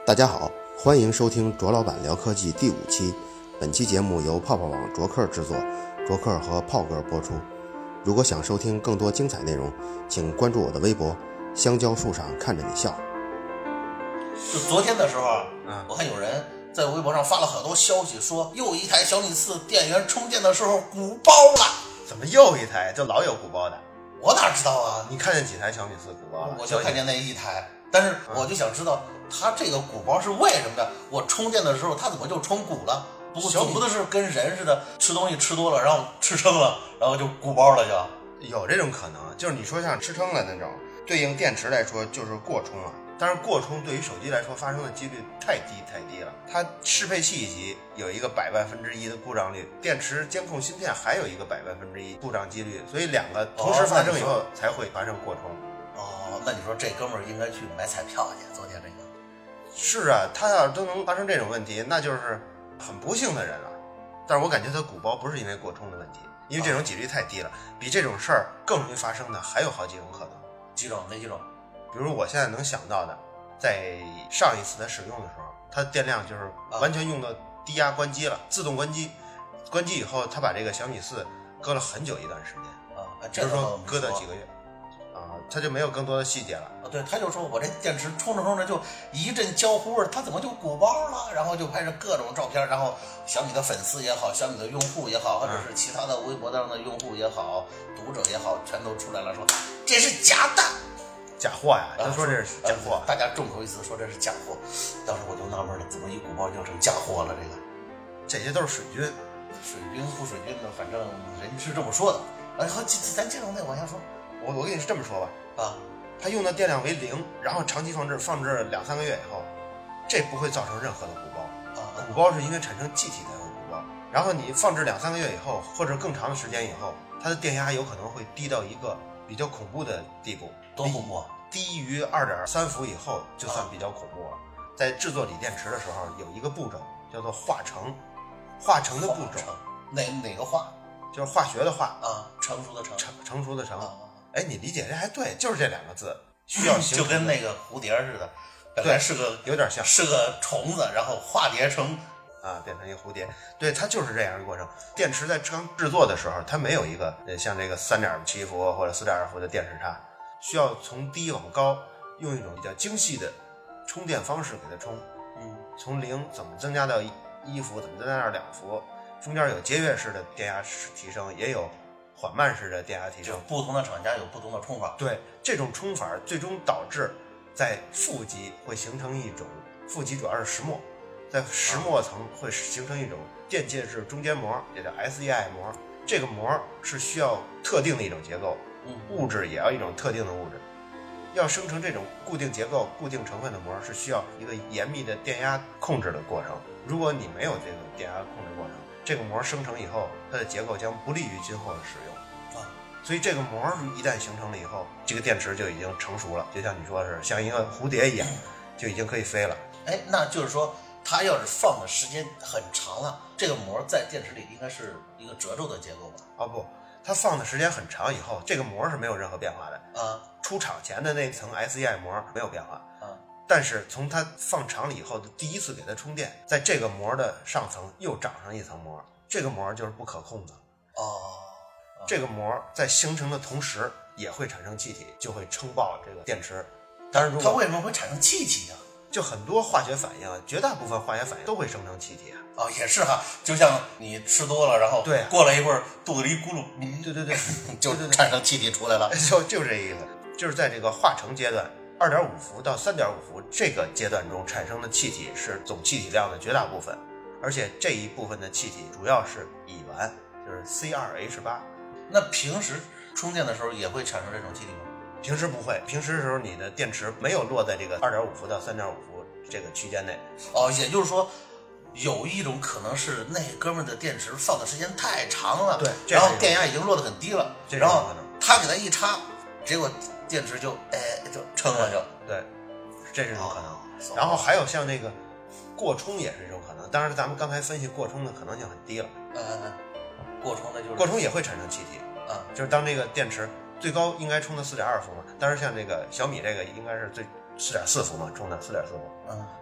大家好，欢迎收听卓老板聊科技第5期。本期节目由泡泡网卓克制作，卓克和炮哥播出。如果想收听更多精彩内容，请关注我的微博香蕉树上看着你笑。 就昨天的时候，我看有人在微博上发了很多消息，说又一台小米4电源充电的时候鼓包了。 怎么又一台？就老有鼓包的？ 我哪知道啊？ 你看见几台小米4鼓包了？ 我就看见那一台，但是我就想知道，它这个鼓包是为什么呀？我充电的时候它怎么就充鼓了？不过总不能是跟人似的，吃东西吃多了，然后吃撑了，然后就鼓包了就。 有这种可能，就是你说像吃撑了那种，对应电池来说就是过充了。但是过充对于手机来说发生的几率太低了，它适配器级有一个100%的故障率，电池监控芯片还有一个100%故障几率，所以两个同时发生以后才会发生过充。 那你说这哥们儿应该去买彩票去？昨天这个是啊，他要是都能发生这种问题，那就是很不幸的人了。但是我感觉他鼓包不是因为过充的问题，因为这种几率太低了。比这种事儿更容易发生的还有好几种可能。 几种？哪几种？ 比如我现在能想到的，在上一次它使用的时候，它的电量就是完全用到低压关机了，自动关机。关机以后，它把这个小米4搁了很久一段时间，比如说搁了几个月他就没有更多的细节了。 对，他就说我这电池充着充着就一阵焦糊味，它怎么就鼓包了？然后就拍着各种照片，然后小米的粉丝也好，小米的用户也好，或者是其他的微博上的用户也好，读者也好，全都出来了说这是假的。 假货呀！都说这是假货， 大家众口一词说这是假货。当时我就纳闷了，怎么一鼓包就成假货了？ 这些都是水军， 水军不水军的，反正人是这么说的。好，咱接着再往下说。 我跟你是这么说吧，它用的电量为0，然后长期放置2-3个月以后，这不会造成任何的鼓包。鼓包是因为产生气体才会鼓包。然后你放置2-3个月以后，或者更长的时间以后，它的电压有可能会低到一个比较恐怖的地步。 多恐怖？ 低于2.3伏以后就算比较恐怖了。在制作锂电池的时候，有一个步骤叫做化成。化成的步骤， 哪个化？ 就是化学的化成熟的成。 成熟的成。你理解这还对，就是这2个字需要形成就跟那个蝴蝶似的，本来是个有点像， 是个虫子，然后化蝶成变成一个蝴蝶。对，它就是这样一个过程。电池在刚制作的时候，它没有一个像这个3.7伏或者4.2伏的电池差，需要从低往高，用一种比较精细的充电方式给它充。从0怎么增加到1伏，怎么增加到2伏，中间有节约式的电压提升，也有缓慢式的电压提升。 不同的厂家有不同的充法。 对，这种充法最终导致在负极会形成一种，负极主要是石墨，在石墨层会形成一种电介质中间膜，也叫 SEI 膜。这个膜是需要特定的一种结构，物质也要一种特定的物质。要生成这种固定结构、固定成分的膜，是需要一个严密的电压控制的过程。如果你没有这个电压控制过程，这个膜生成以后，它的结构将不利于今后的使用。所以这个膜一旦形成了以后，这个电池就已经成熟了，就像你说是像一个蝴蝶一样，就已经可以飞了。 那就是说它要是放的时间很长了，这个膜在电池里应该是一个褶皱的结构吧？ 不，它放的时间很长以后，这个膜是没有任何变化的。出厂前的那层 SEI 膜没有变化。但是从它放长了以后的第一次给它充电，在这个膜的上层又长上一层膜，这个膜就是不可控的。这个膜在形成的同时也会产生气体，就会撑爆这个电池。但是它为什么会产生气体啊？ 就很多化学反应，绝大部分化学反应都会生成气体也是哈，就像你吃多了，然后过了一会儿肚子里一咕噜， 对， 就产生气体出来了。 就这意思，就是在这个化成阶段，2.5伏到3.5伏这个阶段中产生的气体是总气体量的绝大部分，而且这一部分的气体主要是乙烷，就是 C2H8。 那平时充电的时候也会产生这种气体吗？ 平时不会，平时的时候你的电池没有落在这个2.5伏到3.5伏这个区间内。 也就是说有一种可能是那哥们的电池放的时间太长了， 对， 然后电压已经落得很低了，然后他给它一插，结果电池就撑了就。 对，这是一种可能。然后还有像那个过充也是一种可能，当然咱们刚才分析过充的可能性很低了。 过充的就是过充也会产生气体就是当这个电池最高应该充的4.2伏嘛，当然像这个小米这个应该是最4.4伏嘛，充的4.4伏。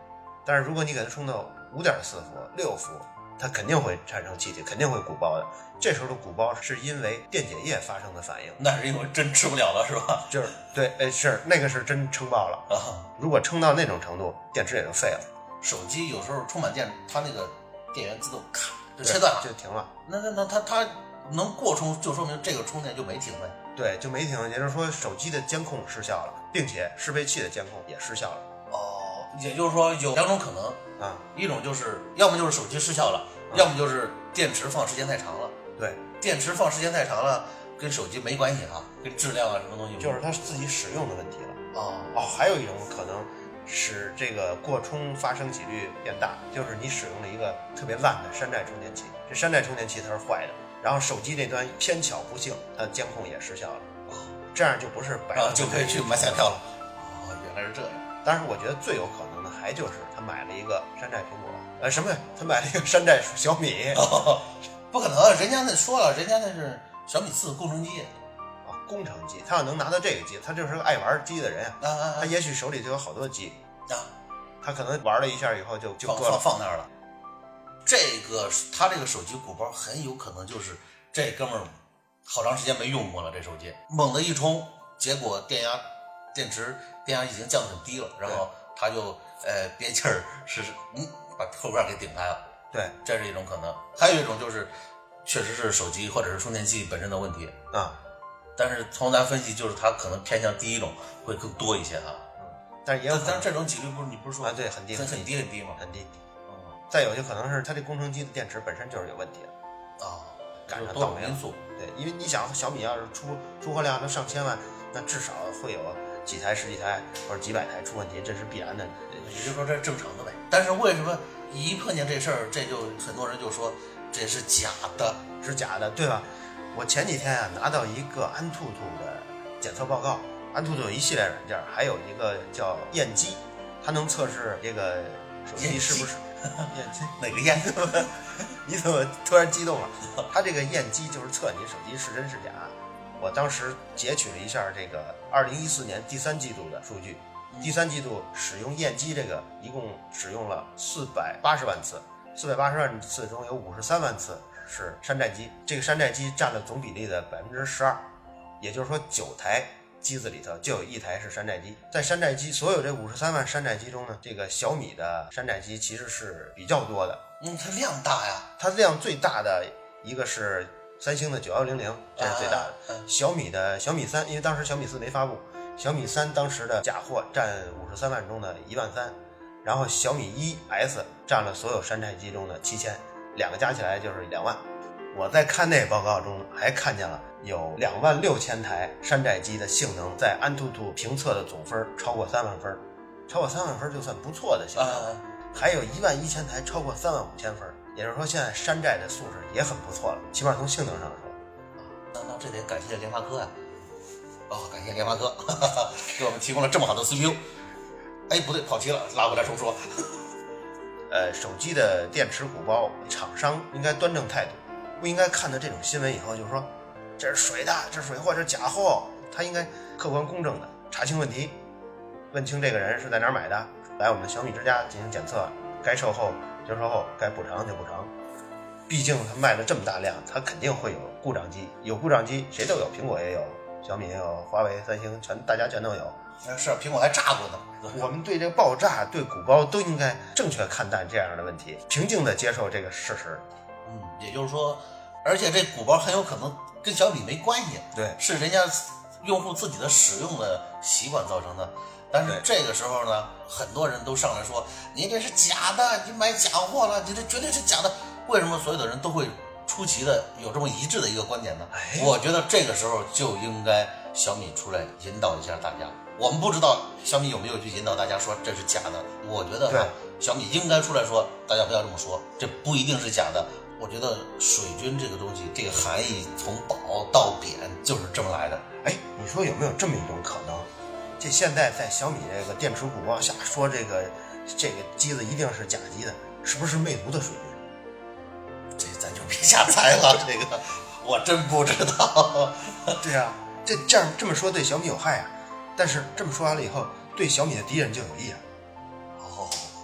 但是如果你给它充到5.4伏、6伏，它肯定会产生气体，肯定会鼓包的。这时候的鼓包是因为电解液发生的反应， 那是因为真吃不了了是吧？ 就是对，是那个是真撑爆了啊！ 如果撑到那种程度，电池也就废了。 手机有时候充满电，它那个电源自动咔就切断了， 就停了。 那它能过充，就说明这个充电就没停呗。 对，就没停，也就是说手机的监控失效了，并且适配器的监控也失效了。 哦，也就是说有2种可能啊， 一种就是要么就是手机失效了，要么就是电池放时间太长了。 对， 电池放时间太长了，跟手机没关系哈，跟质量啊什么东西就是它自己使用的问题了。 哦， 还有一种可能使这个过充发生几率变大，就是你使用了一个特别烂的山寨充电器，这山寨充电器它是坏的，然后手机这端偏巧不幸它的监控也失效了，这样就不是白就可以去买彩票了。哦，原来是这样。 当然我觉得最有可能的还就是他买了一个山寨苹果，什么呀？他买了一个山寨小米。 不可能，人家那说了，人家那是小米4工程机啊，工程机，他要能拿到这个机，他就是个爱玩机的人啊， 他也许手里就有好多机啊， 他可能玩了一下以后就放那儿了。这个他这个手机鼓包很有可能就是这哥们儿好长时间没用过了，这手机猛的一充，结果电池电压已经降得很低了，然后他就憋气儿把后边给顶开了。 对， 这是一种可能。还有一种就是确实是手机或者是充电器本身的问题啊， 但是从咱分析就是它可能偏向第一种会更多一些哈。 但是也有， 但是这种几率你不是说啊？对，很低很低吗？ 很低。再有就可能是它这工程机的电池本身就是有问题的啊， 赶上倒霉因素。 对，因为你想小米要是出货量都上千万，那至少会有几台、10几台或者几百台出问题，这是必然的。 也就是说这是正常的呗。但是为什么一碰见这事儿，这就很多人就说这是假的， 是假的，对吧？我前几天拿到一个安兔兔的检测报告，安兔兔有一系列软件，还有一个叫验机，它能测试这个手机是不是验机哪个验？ 你怎么突然激动了？它这个验机就是测你手机是真是假。我当时截取了一下这个2014年第3季度的数据，第3季度使用验机这个一共使用了480万次，480万次中有53万次是山寨机，这个山寨机占了总比例的12%，也就是说9台机子里头就有1台是山寨机。在山寨机所有这53万山寨机中呢，这个小米的山寨机其实是比较多的。 它量大呀， 它量最大的一个是三星的9100，这是最大的。小米的小米3，因为当时小米4没发布，小米3当时的假货占53万中的13000，然后小米1S 占了所有山寨机中的7000，两个加起来就是2万。我在看那报告中还看见了有26000台山寨机的性能在安兔兔评测的总分超过3万分，超过3万分就算不错的性能。还有11000台超过35000分，也就是说现在山寨的素质也很不错了，起码从性能上说。 那这得感谢联发科呀！感谢联发科给我们提供了这么好的 CPU。哎，不对，跑题了，拉回来重说。 手机的电池鼓包，厂商应该端正态度，不应该看到这种新闻以后就说这是水的，这是水货，这是假货。他应该客观公正的查清问题，问清这个人是在哪儿买的，来我们小米之家进行检测，该售后就售后，该补偿就补偿。毕竟他卖了这么大量，他肯定会有故障机，有故障机谁都有，苹果也有，小米也有，华为、三星大家全都有。 是苹果还炸过呢。 我们对这个爆炸、对鼓包都应该正确看待这样的问题，平静地接受这个事实。 也就是说，而且这鼓包很有可能跟小米没关系， 对， 是人家用户自己的使用的习惯造成的。但是这个时候呢，很多人都上来说你这是假的，你买假货了，你这绝对是假的。为什么所有的人都会出奇的有这么一致的一个观点呢？我觉得这个时候就应该小米出来引导一下大家。我们不知道小米有没有去引导大家说这是假的，我觉得小米应该出来说大家不要这么说，这不一定是假的。我觉得水军这个东西，这个含义从褒到贬就是这么来的。 你说有没有这么一种可能，这现在在小米这个电池鼓包下说这个机子一定是假机的，是不是魅族的水军？ 这咱就别瞎猜了，这个我真不知道。 对啊，这么说对小米有害啊，但是这么说完了以后，对小米的敌人就有益啊。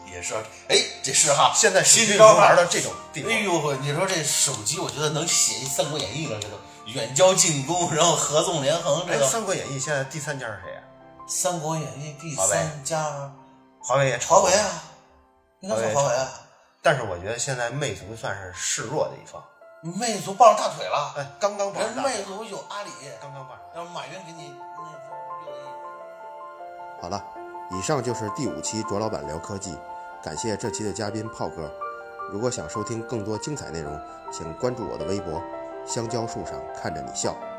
也是，哎，这是哈， 现在手机新招玩到这种地步。 哎呦，你说这手机，我觉得能写一《三国演义》了，这都远交近攻，然后合纵连横，这哎， 个 《三国演义》现在第3家是谁呀？ 《三国演义》第3家， 华为也华为啊，应该是华为啊。 但是我觉得现在魅族算是示弱的一方。 魅族抱上大腿了， 哎，刚刚抱上大腿， 人魅族有阿里， 刚刚抱上。 让马云给你那6个亿。 好了，以上就是第5期卓老板聊科技，感谢这期的嘉宾炮哥。如果想收听更多精彩内容，请关注我的微博香蕉树上看着你笑。